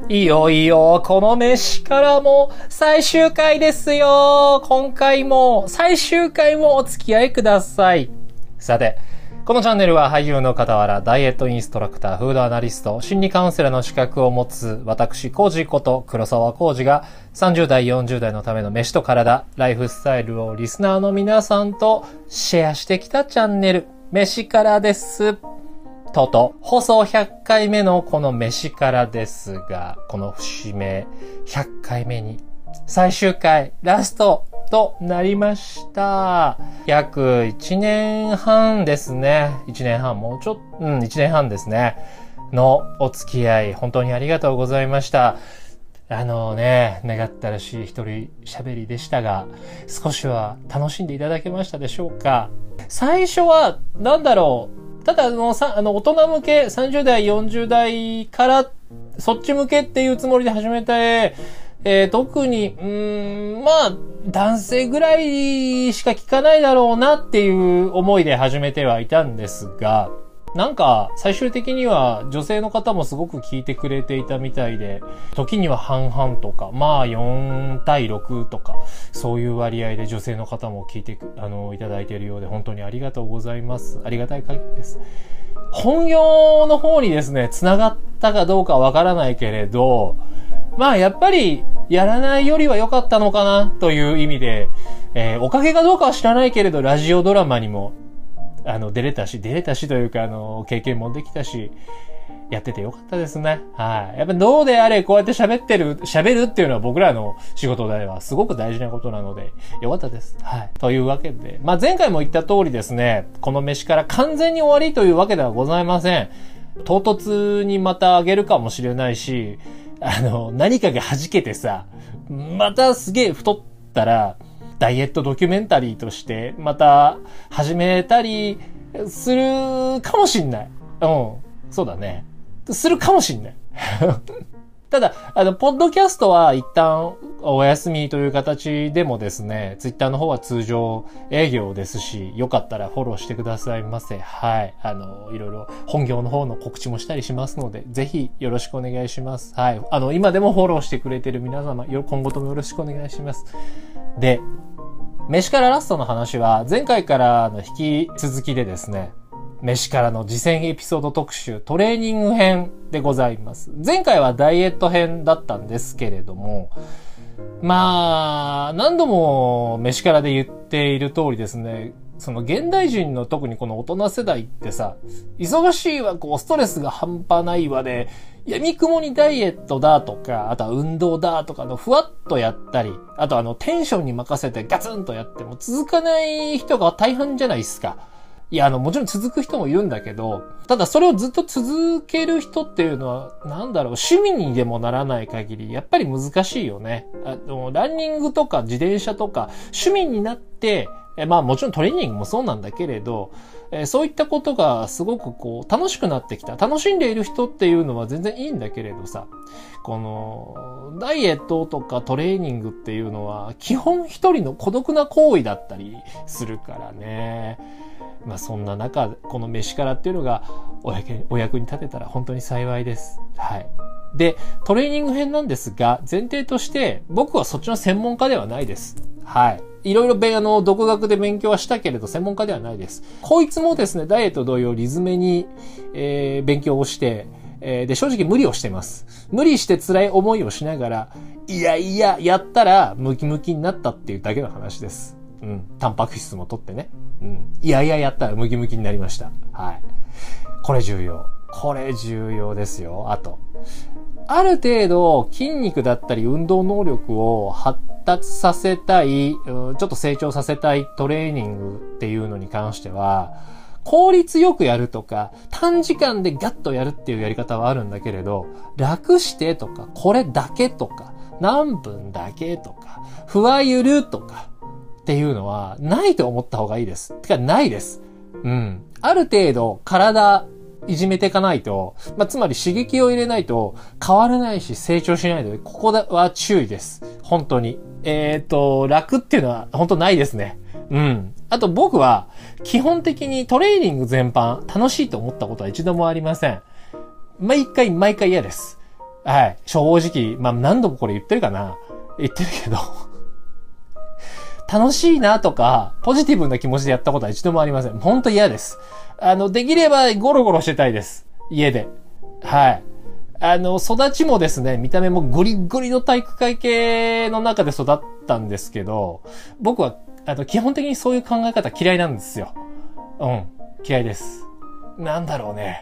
いよいよ、この飯からも最終回ですよ。今回も最終回もお付き合いください。さて、このチャンネルは俳優の傍ら、ダイエットインストラクター、フードアナリスト、心理カウンセラーの資格を持つ私、コージこと黒沢コージが30代、40代のための飯と体、ライフスタイルをリスナーの皆さんとシェアしてきたチャンネル、飯からです。放送100回目のこの飯からですが、この節目100回目に最終回ラストとなりました。約1年半ですね。1年半1年半ですね。のお付き合い、本当にありがとうございました。願ったらしい一人喋りでしたが、少しは楽しんでいただけましたでしょうか。最初は、ただ大人向け、30代、40代から、そっち向けっていうつもりで始めて、特に、男性ぐらいしか聞かないだろうなっていう思いで始めてはいたんですが、最終的には女性の方もすごく聞いてくれていたみたいで、時には半々とか、4対6とか、そういう割合で女性の方も聞いていただいているようで、本当にありがとうございます。ありがたい限りです。本業の方にですね、繋がったかどうかわからないけれど、やっぱり、やらないよりは良かったのかな、という意味で、おかげかどうかは知らないけれど、ラジオドラマにも、出れたしというか、経験もできたし、やっててよかったですね。はい。やっぱどうであれ、こうやって喋るっていうのは僕らの仕事ではすごく大事なことなので、よかったです。はい。というわけで、前回も言った通りですね、この飯から完全に終わりというわけではございません。唐突にまたあげるかもしれないし、何かが弾けてさ、またすげえ太ったら、ダイエットドキュメンタリーとしてまた始めたりするかもしんない。そうだね。するかもしんない。ただ、ポッドキャストは一旦お休みという形でもですね、ツイッターの方は通常営業ですし、よかったらフォローしてくださいませ。はい。いろいろ本業の方の告知もしたりしますので、ぜひよろしくお願いします。はい。今でもフォローしてくれてる皆様、今後ともよろしくお願いします。で、飯からラストの話は前回からの引き続きでですね、飯からの次戦エピソード特集トレーニング編でございます。前回はダイエット編だったんですけれども、何度も飯からで言っている通りですね、その現代人の特にこの大人世代ってさ、忙しいわ、ストレスが半端ないわで、闇雲にダイエットだとか、あとは運動だとかふわっとやったり、あとテンションに任せてガツンとやっても続かない人が大半じゃないですか。いや、もちろん続く人もいるんだけど、ただそれをずっと続ける人っていうのは、趣味にでもならない限り、やっぱり難しいよね。ランニングとか自転車とか、趣味になって、もちろんトレーニングもそうなんだけれど、そういったことがすごく楽しくなってきた。楽しんでいる人っていうのは全然いいんだけれどさ、この、ダイエットとかトレーニングっていうのは、基本一人の孤独な行為だったりするからね。そんな中、この飯からっていうのがお役に立てたら本当に幸いです。はい。で、トレーニング編なんですが、前提として僕はそっちの専門家ではないです。はい。いろいろ独学で勉強はしたけれど専門家ではないです。こいつもですね、ダイエット同様リズメに、勉強をして、で、正直無理をしてます。無理して辛い思いをしながら、やったらムキムキになったっていうだけの話です。タンパク質も取ってね。やったらムキムキになりました。はい。これ重要ですよ。ある程度筋肉だったり運動能力を発達させたい、ちょっと成長させたいトレーニングっていうのに関しては、効率よくやるとか、短時間でガッとやるっていうやり方はあるんだけれど、楽してとか、これだけとか、何分だけとか、ふわゆるとかっていうのはないと思った方がいいです。ないです。ある程度体いじめていかないと、つまり刺激を入れないと変わらないし成長しないので、ここは注意です。本当に。楽っていうのは本当ないですね。あと僕は基本的にトレーニング全般楽しいと思ったことは一度もありません。毎回嫌です。 はい。正直、まあ、何度もこれ言ってるかな。言ってるけど。楽しいなとか、ポジティブな気持ちでやったことは一度もありません。ほんと嫌です。できればゴロゴロしてたいです。家で。はい。育ちもですね、見た目もゴリゴリの体育会系の中で育ったんですけど、僕は、基本的にそういう考え方嫌いなんですよ。うん。嫌いです。なんだろうね。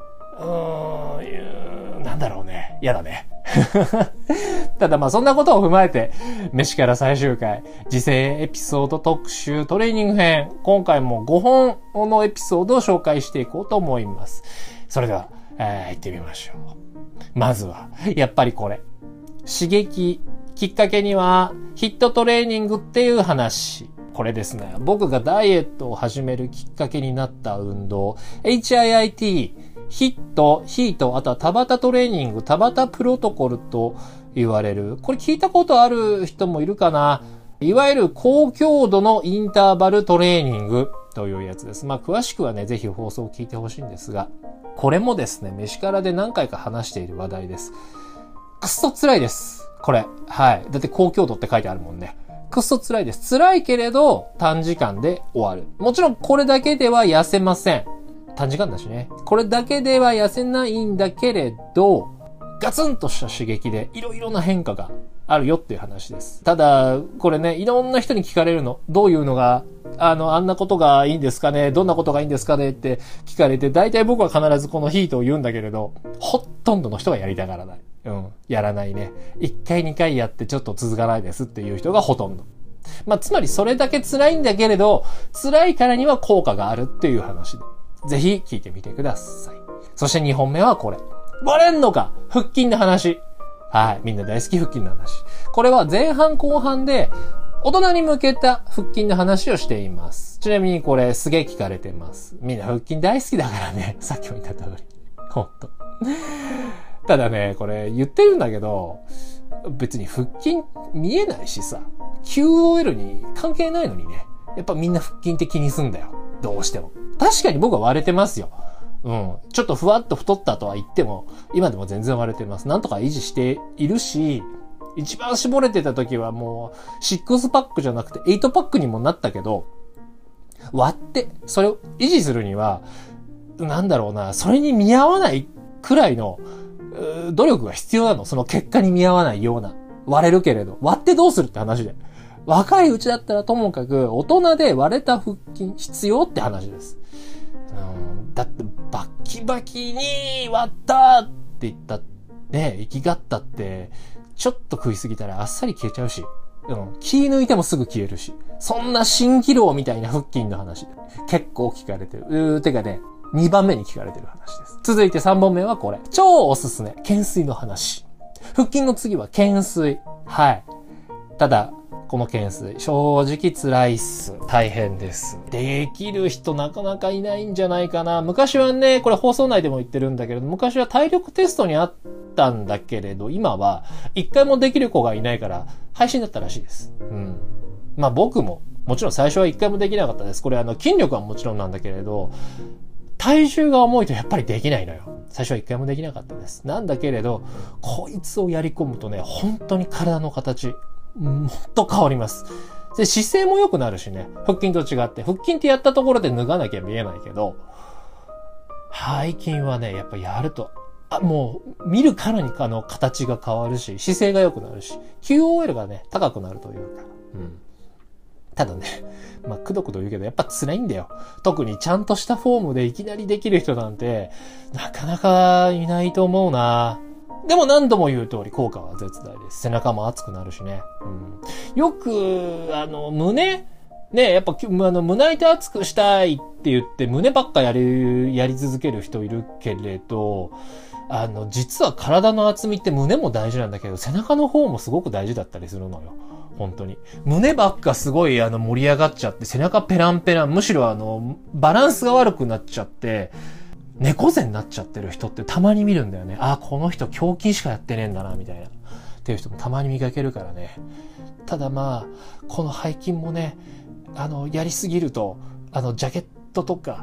なんだろうね。嫌だね。ただまあそんなことを踏まえて、飯から最終回、時世エピソード特集トレーニング編、今回も5本のエピソードを紹介していこうと思います。それでは、行ってみましょう。まずは、やっぱりこれ。刺激、きっかけには、ヒットトレーニングっていう話。これですね、僕がダイエットを始めるきっかけになった運動、HIIT、ヒート、あとはタバタトレーニング、タバタプロトコルと言われる。これ聞いたことある人もいるかな。いわゆる高強度のインターバルトレーニングというやつです。まあ詳しくはね、ぜひ放送を聞いてほしいんですが、これもですね、飯からで何回か話している話題です。くっそ辛いです。これ。はい。だって高強度って書いてあるもんね。くっそ辛いです。辛いけれど短時間で終わる。もちろんこれだけでは痩せません。短時間だしね。これだけでは痩せないんだけれど、ガツンとした刺激でいろいろな変化があるよっていう話です。ただ、これね、いろんな人に聞かれるの。どういうのが、あんなことがいいんですかね、どんなことがいいんですかねって聞かれて、大体僕は必ずこのヒートを言うんだけれど、ほとんどの人がやりたがらない。やらないね。1回2回やってちょっと続かないですっていう人がほとんど。まあ、つまりそれだけ辛いんだけれど、辛いからには効果があるっていう話で。ぜひ聞いてみてください。そして2本目はこれ。割れんのか腹筋の話。はい。みんな大好き腹筋の話。これは前半後半で大人に向けた腹筋の話をしています。ちなみにこれすげえ聞かれてます。みんな腹筋大好きだからね。さっきも言った通り。ほんと。ただね、これ言ってるんだけど、別に腹筋見えないしさ、QOL に関係ないのにね。やっぱみんな腹筋って気にすんだよ。どうしても。確かに僕は割れてますよ。ちょっとふわっと太ったとは言っても、今でも全然割れてます。なんとか維持しているし、一番絞れてた時はもう、6パックじゃなくて8パックにもなったけど、割って、それを維持するには、なんだろうな、それに見合わないくらいの、努力が必要なの。その結果に見合わないような。割れるけれど。割ってどうするって話で。若いうちだったらともかく、大人で割れた腹筋必要って話です。だってバッキバキに割ったって言ったね、生きがったってちょっと食いすぎたらあっさり消えちゃうし、気抜いてもすぐ消えるし、そんな蜃気楼みたいな腹筋の話で結構聞かれてる。てかね、2番目に聞かれてる話です。続いて3本目はこれ。超おすすめ。懸垂の話。腹筋の次は懸垂。はい。ただ、この懸垂、正直辛いっす。大変です。できる人なかなかいないんじゃないかな。昔はね、これ放送内でも言ってるんだけれど、昔は体力テストにあったんだけれど、今は一回もできる子がいないから配信だったらしいです。まあ僕も、もちろん最初は一回もできなかったです。これ筋力はもちろんなんだけれど、体重が重いとやっぱりできないのよ。最初は一回もできなかったです。なんだけれど、こいつをやり込むとね、本当に体の形、もっと変わります。で、姿勢も良くなるしね。腹筋と違って。腹筋ってやったところで脱がなきゃ見えないけど、背筋はね、やっぱやると、もう、見るからに形が変わるし、姿勢が良くなるし、QOL がね、高くなるというか。ただね、まあ、くどくど言うけど、やっぱ辛いんだよ。特にちゃんとしたフォームでいきなりできる人なんて、なかなかいないと思うな。でも何度も言う通り効果は絶大です。背中も熱くなるしね。よく、胸ね、やっぱ、胸板熱くしたいって言って、胸ばっかやり続ける人いるけれど、実は体の厚みって胸も大事なんだけど、背中の方もすごく大事だったりするのよ。本当に。胸ばっかすごい盛り上がっちゃって、背中ペランペラン、むしろバランスが悪くなっちゃって、猫背になっちゃってる人ってたまに見るんだよね。この人胸筋しかやってねえんだな、みたいな。っていう人もたまに見かけるからね。ただまあ、この背筋もね、やりすぎると、ジャケットとか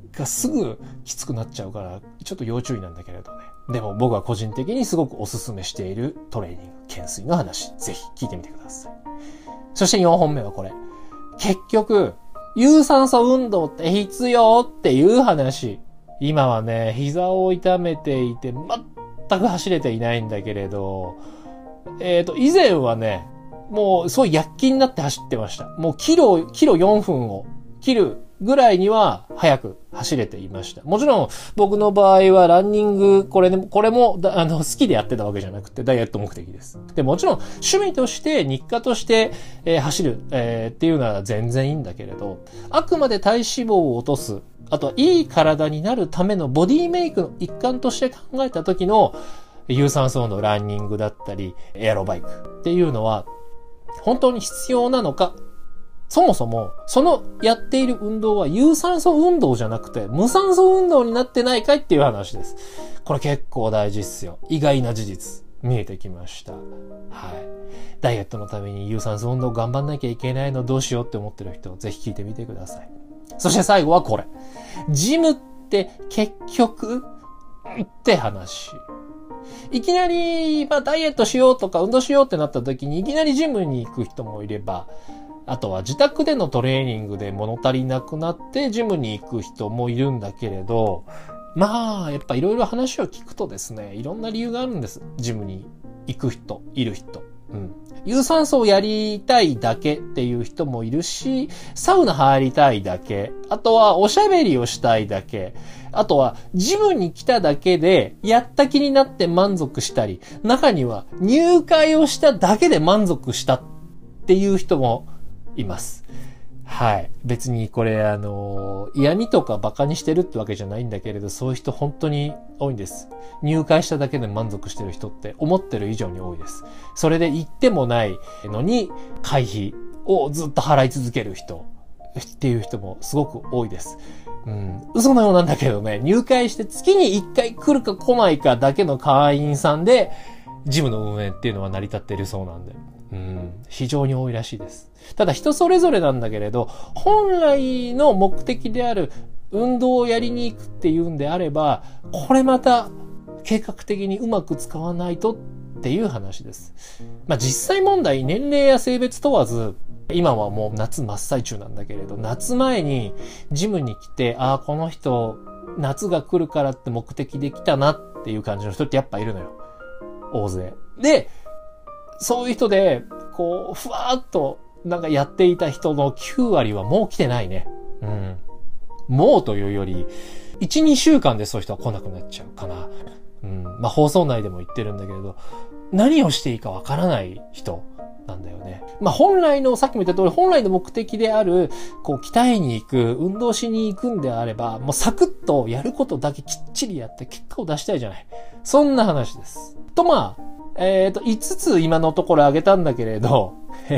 がすぐきつくなっちゃうから、ちょっと要注意なんだけれどね。でも僕は個人的にすごくおすすめしているトレーニング、懸垂の話、ぜひ聞いてみてください。そして4本目はこれ。結局、有酸素運動って必要っていう話。今はね、膝を痛めていて全く走れていないんだけれど、以前はね、もうすごい躍起になって走ってました。もうキロ4分を切るぐらいには早く走れていました。もちろん僕の場合はランニング、これも好きでやってたわけじゃなくてダイエット目的です。で、もちろん趣味として日課として、走る、っていうのは全然いいんだけれど、あくまで体脂肪を落とす、あとはいい体になるためのボディメイクの一環として考えた時の有酸素のランニングだったりエアロバイクっていうのは本当に必要なのか。そもそも、そのやっている運動は有酸素運動じゃなくて無酸素運動になってないかいっていう話です。これ結構大事っすよ。意外な事実見えてきました。はい。ダイエットのために有酸素運動頑張んなきゃいけないのどうしようって思ってる人、ぜひ聞いてみてください。そして最後はこれ。ジムって結局って話。いきなり、ダイエットしようとか運動しようってなった時にいきなりジムに行く人もいれば、あとは自宅でのトレーニングで物足りなくなってジムに行く人もいるんだけれど、やっぱいろいろ話を聞くとですね、いろんな理由があるんです。ジムに行く人、いる人。有酸素をやりたいだけっていう人もいるし、サウナ入りたいだけ、あとはおしゃべりをしたいだけ、あとはジムに来ただけでやった気になって満足したり、中には入会をしただけで満足したっていう人もいます。はい。別にこれ嫌味とかバカにしてるってわけじゃないんだけれど、そういう人本当に多いんです。入会しただけで満足してる人って思ってる以上に多いです。それで言ってもないのに会費をずっと払い続ける人っていう人もすごく多いです。嘘のようなんだけどね、入会して月に1回来るか来ないかだけの会員さんでジムの運営っていうのは成り立っているそうなんで。非常に多いらしいです。ただ人それぞれなんだけれど、本来の目的である運動をやりに行くっていうんであれば、これまた計画的にうまく使わないとっていう話です。実際問題、年齢や性別問わず、今はもう夏真っ最中なんだけれど、夏前にジムに来て、この人夏が来るからって目的で来たなっていう感じの人ってやっぱいるのよ。大勢。で、そういう人で、ふわーっと、やっていた人の9割はもう来てないね。もうというより、1、2週間でそういう人は来なくなっちゃうかな。放送内でも言ってるんだけれど、何をしていいかわからない人なんだよね。本来の、さっきも言った通り、本来の目的である、鍛えに行く、運動しに行くんであれば、もうサクッとやることだけきっちりやって結果を出したいじゃない。そんな話です。と、5つ今のところ挙げたんだけれど、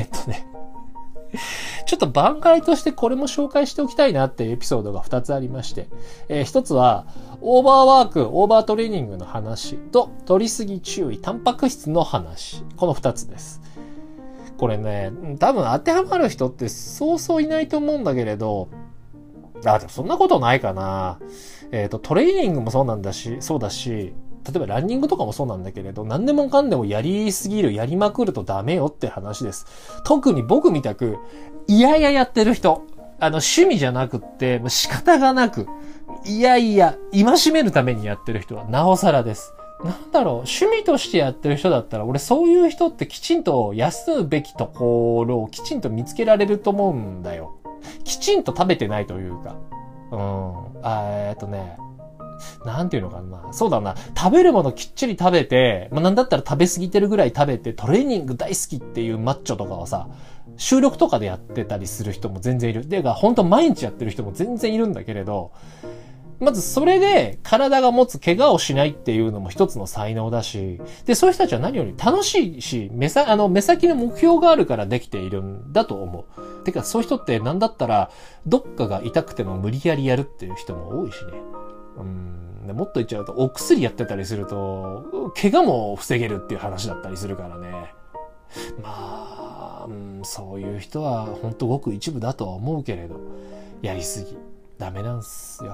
ちょっと番外としてこれも紹介しておきたいなっていうエピソードが2つありまして、1つは、オーバーワーク、オーバートレーニングの話と、取りすぎ注意、タンパク質の話。この2つです。これね、多分当てはまる人ってそうそういないと思うんだけれど、でもそんなことないかな。トレーニングもそうだし、例えばランニングとかもそうなんだけれど、何でもかんでもやりすぎる、やりまくるとダメよって話です。特に僕みたく、やってる人、趣味じゃなくって、仕方がなく、戒めるためにやってる人はなおさらです。趣味としてやってる人だったら、俺そういう人ってきちんと休むべきところをきちんと見つけられると思うんだよ。きちんと食べてないというか。なんていうのかな。そうだな。食べるものきっちり食べて、なんだったら食べ過ぎてるぐらい食べて、トレーニング大好きっていうマッチョとかはさ、収録とかでやってたりする人も全然いる。本当毎日やってる人も全然いるんだけれど、まずそれで体が持つ怪我をしないっていうのも一つの才能だし、で、そういう人たちは何より楽しいし、目先の目標があるからできているんだと思う。てか、そういう人ってなんだったら、どっかが痛くても無理やりやるっていう人も多いしね。もっと言っちゃうと、お薬やってたりすると、怪我も防げるっていう話だったりするからね。そういう人は本当ごく一部だとは思うけれど、やりすぎ、ダメなんすよ。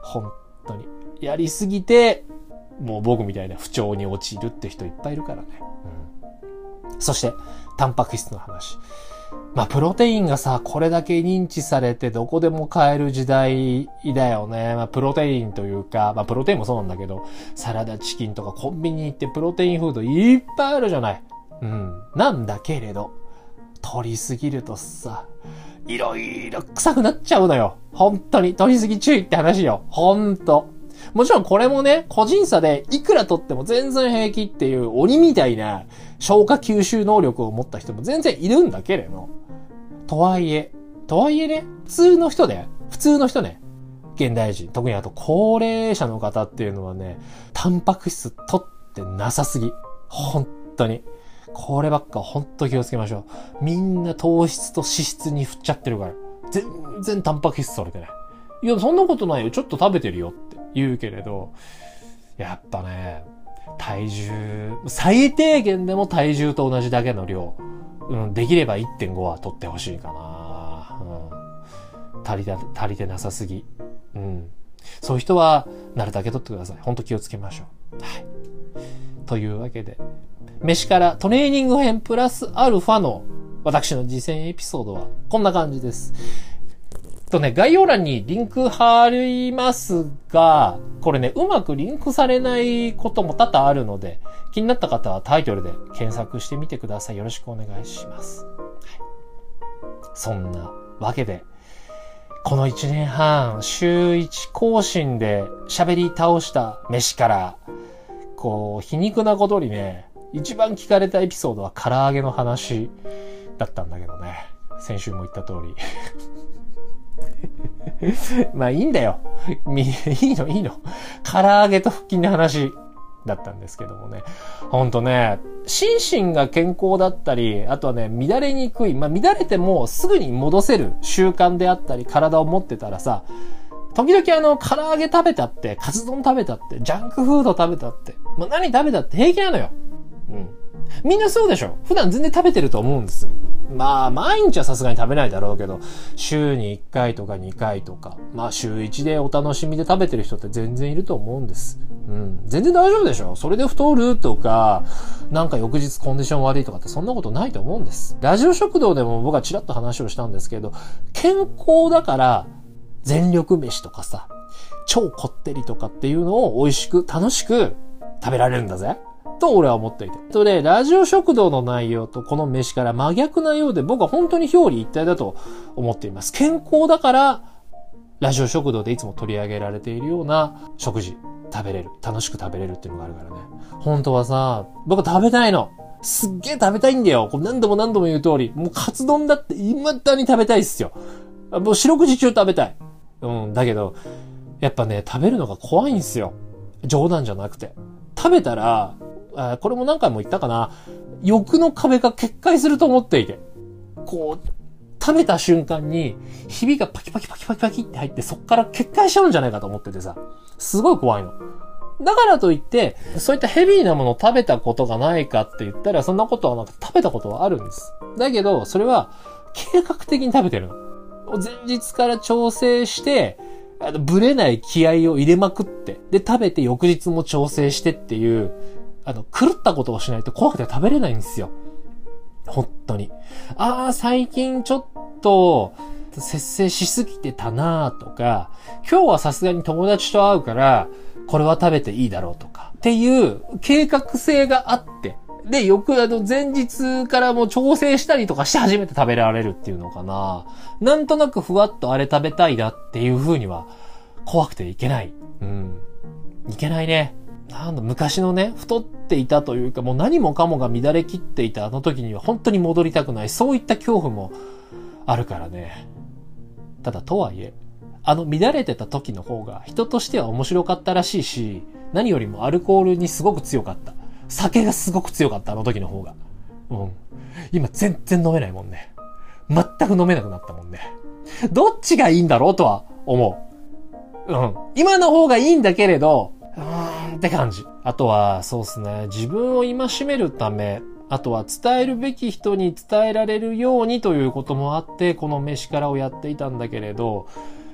本当に。やりすぎて、もう僕みたいな不調に陥るって人いっぱいいるからね。そして、タンパク質の話。プロテインがさ、これだけ認知されてどこでも買える時代だよね。プロテインというか、プロテインもそうなんだけど、サラダチキンとかコンビニ行ってプロテインフードいっぱいあるじゃない。なんだけれど、取りすぎるとさ、いろいろ臭くなっちゃうのよ。本当に。取りすぎ注意って話よ。本当。もちろんこれもね、個人差でいくら取っても全然平気っていう鬼みたいな消化吸収能力を持った人も全然いるんだけれど。とはいえね、普通の人ね、現代人、特にあと高齢者の方っていうのはね、タンパク質取ってなさすぎ。本当に。こればっか本当気をつけましょう。みんな糖質と脂質に振っちゃってるから。全然タンパク質取れてない。いや、そんなことないよ。ちょっと食べてるよって言うけれど、やっぱね、体重、最低限でも体重と同じだけの量。できれば 1.5 は取ってほしいかな。足りてなさすぎ。そういう人は、なるだけ取ってください。本当気をつけましょう。はい。というわけで、飯からトレーニング編プラスアルファの私の実践エピソードはこんな感じです。概要欄にリンク貼りますが、これね、うまくリンクされないことも多々あるので、気になった方はタイトルで検索してみてください。よろしくお願いします。はい、そんなわけで、この1年半、週1更新で喋り倒した飯から、皮肉なことにね、一番聞かれたエピソードは唐揚げの話だったんだけどね。先週も言った通り。いいんだよ。いいの。唐揚げと腹筋の話だったんですけどもね。ほんとね、心身が健康だったり、あとはね、乱れにくい。乱れてもすぐに戻せる習慣であったり、体を持ってたらさ、時々唐揚げ食べたって、カツ丼食べたって、ジャンクフード食べたって、何食べたって平気なのよ。みんなそうでしょ。普段全然食べてると思うんです。毎日はさすがに食べないだろうけど、週に1回とか2回とか、週1でお楽しみで食べてる人って全然いると思うんです。全然大丈夫でしょ。それで太るとか、翌日コンディション悪いとかってそんなことないと思うんです。ラジオ食堂でも僕はちらっと話をしたんですけど、健康だから全力飯とかさ、超こってりとかっていうのを美味しく楽しく食べられるんだぜ。と俺は思っていて。ラジオ食堂の内容とこの飯から真逆なようで僕は本当に表裏一体だと思っています。健康だから、ラジオ食堂でいつも取り上げられているような食事食べれる。楽しく食べれるっていうのがあるからね。本当はさ、僕食べたいの。すっげえ食べたいんだよ。何度も言う通り。もうカツ丼だって未だに食べたいっすよ。もう四六時中食べたい。だけど、やっぱね、食べるのが怖いんすよ。冗談じゃなくて。食べたら、これも何回も言ったかな。欲の壁が決壊すると思っていて。食べた瞬間に、ひびがパキパキって入って、そっから決壊しちゃうんじゃないかと思っててさ。すごい怖いの。だからといって、そういったヘビーなものを食べたことがないかって言ったら、そんなことはなく食べたことはあるんです。だけど、それは、計画的に食べてるの。前日から調整して、ぶれない気合を入れまくって、で、食べて翌日も調整してっていう、狂ったことをしないと怖くて食べれないんですよ。本当に。最近ちょっと、節制しすぎてたなとか、今日はさすがに友達と会うから、これは食べていいだろうとか、っていう計画性があって、で、前日からもう調整したりとかして初めて食べられるっていうのかな。なんとなくふわっとあれ食べたいなっていう風には、怖くていけない。いけないね。昔のね、太っていたというか、もう何もかもが乱れ切っていたあの時には本当に戻りたくない。そういった恐怖もあるからね。ただとはいえ、乱れてた時の方が人としては面白かったらしいし、何よりもアルコールにすごく強かった。酒がすごく強かった、あの時の方が。今全然飲めないもんね。全く飲めなくなったもんね。どっちがいいんだろうとは思う。今の方がいいんだけれど、って感じ。あとは、そうですね。自分を戒めるため、あとは伝えるべき人に伝えられるようにということもあって、この飯からをやっていたんだけれど、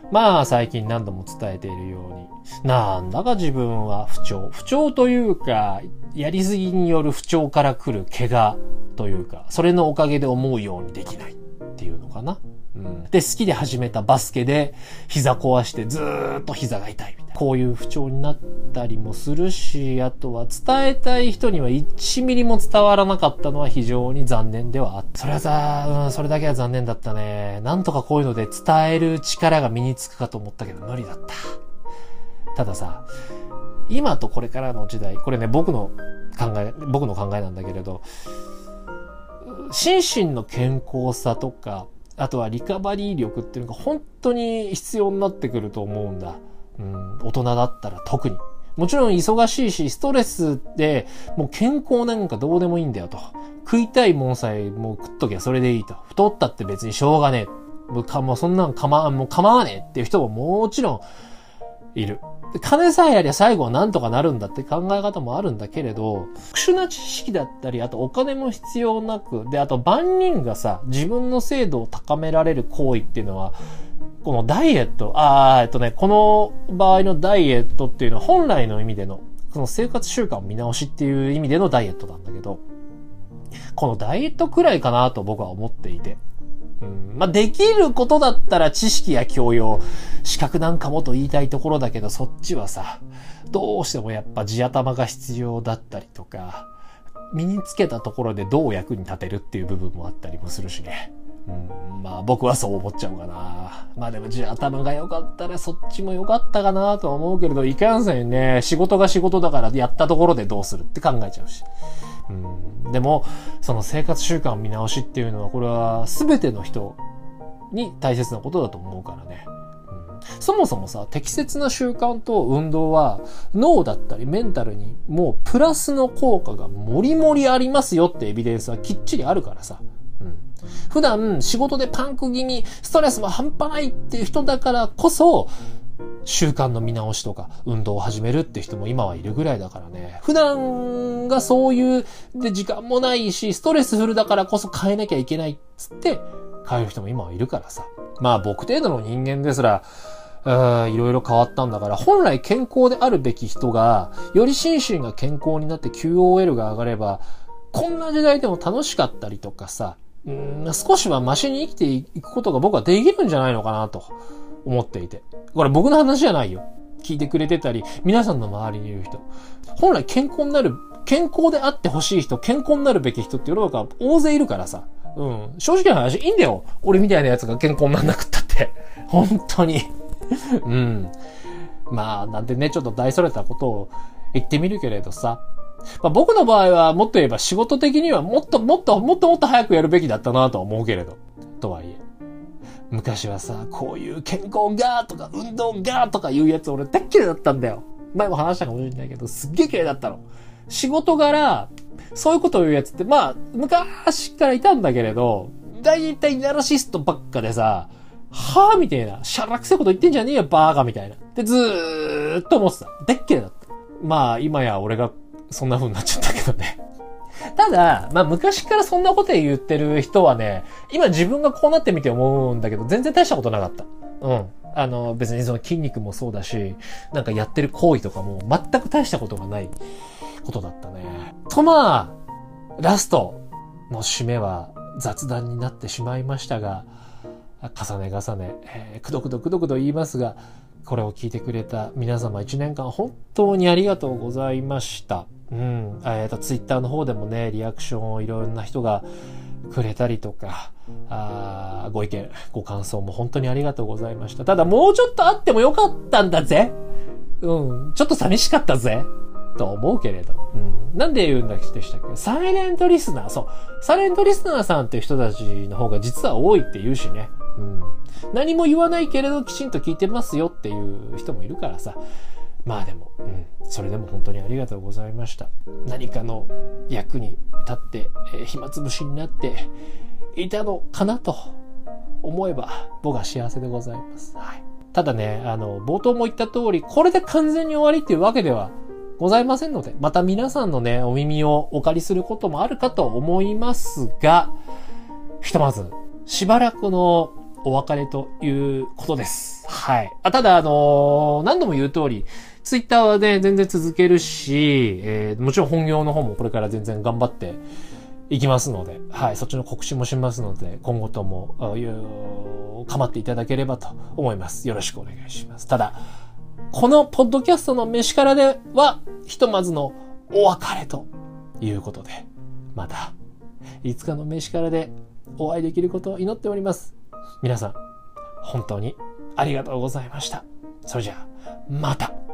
まあ最近何度も伝えているように、なんだか自分は不調というか、やりすぎによる不調から来る怪我というか、それのおかげで思うようにできないっていうのかな。で、好きで始めたバスケで膝壊してずーっと膝が痛いみたいな。こういう不調になったりもするし、あとは伝えたい人には1ミリも伝わらなかったのは非常に残念ではあった。それはさ、それだけは残念だったね。なんとかこういうので伝える力が身につくかと思ったけど無理だった。たださ、今とこれからの時代、これね、僕の考えなんだけれど、心身の健康さとか、あとはリカバリー力っていうのが本当に必要になってくると思うんだ。大人だったら特に。もちろん忙しいし、ストレスでもう健康なんかどうでもいいんだよと。食いたいもんさえもう食っときゃそれでいいと。太ったって別にしょうがねえ。もうそんなん構わねえっていう人ももちろんいる。金さえありゃ最後はなんとかなるんだって考え方もあるんだけれど、特殊な知識だったり、あとお金も必要なく、で、あと万人がさ、自分の精度を高められる行為っていうのは、このダイエット、この場合のダイエットっていうのは本来の意味での、その生活習慣見直しっていう意味でのダイエットなんだけど、このダイエットくらいかなと僕は思っていて、できることだったら知識や教養、資格なんかもと言いたいところだけど、そっちはさ、どうしてもやっぱ地頭が必要だったりとか、身につけたところでどう役に立てるっていう部分もあったりもするしね。僕はそう思っちゃうかな。でも地頭が良かったらそっちも良かったかなとは思うけれど、いかんせんね、仕事が仕事だからやったところでどうするって考えちゃうし。でも、その生活習慣見直しっていうのは、これは全ての人に大切なことだと思うからね。そもそもさ、適切な習慣と運動は脳だったりメンタルにもうプラスの効果がもりもりありますよってエビデンスはきっちりあるからさ。普段仕事でパンク気味、ストレスも半端ないっていう人だからこそ、習慣の見直しとか運動を始めるって人も今はいるぐらいだからね。普段がそういうで時間もないし、ストレスフルだからこそ変えなきゃいけないっつって変える人も今はいるからさ。僕程度の人間ですら、いろいろ変わったんだから、本来健康であるべき人が、より心身が健康になって QOL が上がれば、こんな時代でも楽しかったりとかさ、少しはマシに生きていくことが僕はできるんじゃないのかなと思っていて。これ僕の話じゃないよ。聞いてくれてたり、皆さんの周りにいる人。本来健康であってほしい人、健康になるべき人って世の中大勢いるからさ。正直な話、いいんだよ。俺みたいなやつが健康にならなくったって。本当に。なんてね、ちょっと大それたことを言ってみるけれどさ。僕の場合はもっと言えば仕事的にはもっと早くやるべきだったなとは思うけれど。とはいえ。昔はさ、こういう健康がとか運動がとかいうやつ俺大っ嫌いだったんだよ。前も話したかもしれないけど、すっげえ嫌いだったの。仕事柄、そういうことを言うやつって昔からいたんだけれど、大体ナルシストばっかでさ、はぁみたいな、しゃらくせえこと言ってんじゃねえよ、バーカみたいな。で、ずーっと思ってた。大っ嫌いだった。今や俺がそんな風になっちゃったけどね。ただ、昔からそんなこと言ってる人はね、今自分がこうなってみて思うんだけど、全然大したことなかった。別にその筋肉もそうだし、なんかやってる行為とかも全く大したことがないことだったね。ラストの締めは雑談になってしまいましたが、重ね、くどくど言いますが、これを聞いてくれた皆様1年間本当にありがとうございました。ツイッターの方でもね、リアクションをいろんな人がくれたりとか、ご意見、ご感想も本当にありがとうございました。ただもうちょっとあってもよかったんだぜ。ちょっと寂しかったぜ。と思うけれど。なんで言うんでしたっけ？サイレントリスナー。そう。サイレントリスナーさんっていう人たちの方が実は多いって言うしね。何も言わないけれどきちんと聞いてますよっていう人もいるからさ。でも、それでも本当にありがとうございました。何かの役に立って、暇つぶしになっていたのかなと思えば僕は幸せでございます。はい。ただね、冒頭も言った通り、これで完全に終わりっていうわけではございませんので、また皆さんのね、お耳をお借りすることもあるかと思いますが、ひとまず、しばらくのお別れということです。はい。ただ、何度も言う通り、ツイッターはね、全然続けるし、もちろん本業の方もこれから全然頑張っていきますので、はい。そっちの告知もしますので、今後とも、構っていただければと思います。よろしくお願いします。ただ、このポッドキャストの飯からでは、ひとまずのお別れということで、また、いつかの飯からでお会いできることを祈っております。皆さん、本当にありがとうございました。それじゃあ、また。